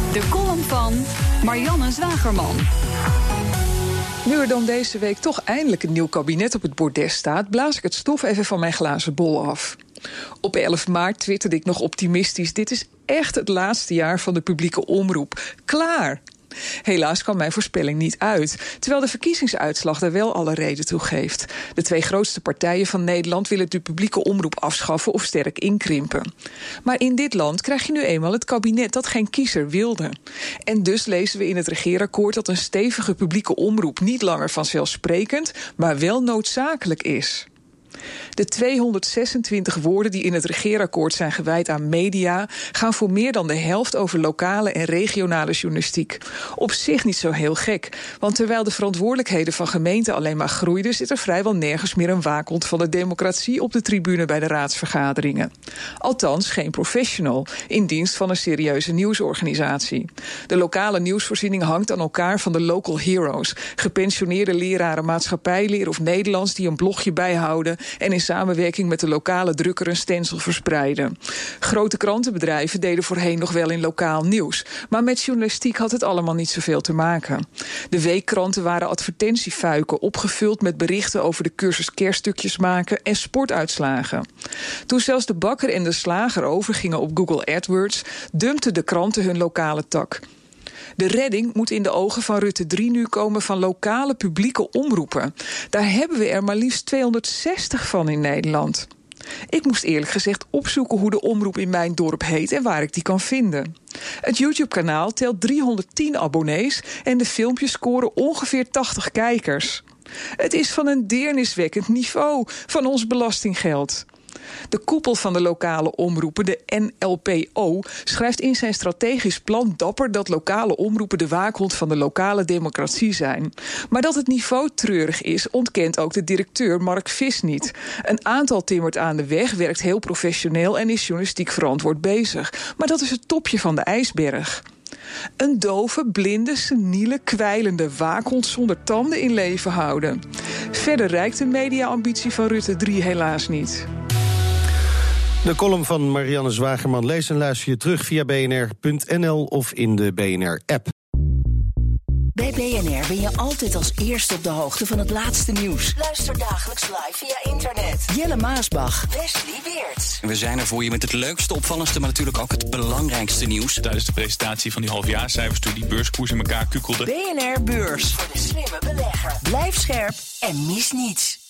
De column van Marianne Zwagerman. Nu er dan deze week toch eindelijk een nieuw kabinet op het bordes staat, blaas ik het stof even van mijn glazen bol af. Op 11 maart twitterde ik nog optimistisch: dit is echt het laatste jaar van de publieke omroep. Klaar! Helaas kwam mijn voorspelling niet uit, terwijl de verkiezingsuitslag daar wel alle reden toe geeft. De 2 grootste partijen van Nederland willen de publieke omroep afschaffen of sterk inkrimpen. Maar in dit land krijg je nu eenmaal het kabinet dat geen kiezer wilde. En dus lezen we in het regeerakkoord dat een stevige publieke omroep niet langer vanzelfsprekend, maar wel noodzakelijk is. De 226 woorden die in het regeerakkoord zijn gewijd aan media gaan voor meer dan de helft over lokale en regionale journalistiek. Op zich niet zo heel gek, want terwijl de verantwoordelijkheden van gemeenten alleen maar groeiden, zit er vrijwel nergens meer een waakhond van de democratie op de tribune bij de raadsvergaderingen. Althans, geen professional, in dienst van een serieuze nieuwsorganisatie. De lokale nieuwsvoorziening hangt aan elkaar van de local heroes, gepensioneerde leraren maatschappijleer of Nederlands die een blogje bijhouden en in samenwerking met de lokale drukker een stencil verspreiden. Grote krantenbedrijven deden voorheen nog wel in lokaal nieuws, maar met journalistiek had het allemaal niet zoveel te maken. De weekkranten waren advertentiefuiken, opgevuld met berichten over de cursus kerststukjes maken en sportuitslagen. Toen zelfs de bakker en de slager overgingen op Google AdWords, dumpten de kranten hun lokale tak. De redding moet in de ogen van Rutte 3 nu komen van lokale publieke omroepen. Daar hebben we er maar liefst 260 van in Nederland. Ik moest eerlijk gezegd opzoeken hoe de omroep in mijn dorp heet en waar ik die kan vinden. Het YouTube-kanaal telt 310 abonnees en de filmpjes scoren ongeveer 80 kijkers. Het is van een deerniswekkend niveau van ons belastinggeld. De koepel van de lokale omroepen, de NLPO, schrijft in zijn strategisch plan dapper dat lokale omroepen de waakhond van de lokale democratie zijn. Maar dat het niveau treurig is, ontkent ook de directeur Mark Vis niet. Een aantal timmert aan de weg, werkt heel professioneel en is journalistiek verantwoord bezig. Maar dat is het topje van de ijsberg. Een dove, blinde, seniele, kwijlende waakhond zonder tanden in leven houden. Verder reikt de media-ambitie van Rutte 3 helaas niet. De column van Marianne Zwagerman lees en luister je terug via bnr.nl of in de BNR-app. Bij BNR ben je altijd als eerste op de hoogte van het laatste nieuws. Luister dagelijks live via internet. Jelle Maasbach, Wesley Weerts. We zijn er voor je met het leukste, opvallendste, maar natuurlijk ook het belangrijkste nieuws. Tijdens de presentatie van die halfjaarcijfers toen die beurskoers in elkaar kukkelde. BNR Beurs. Voor de slimme belegger. Blijf scherp en mis niets.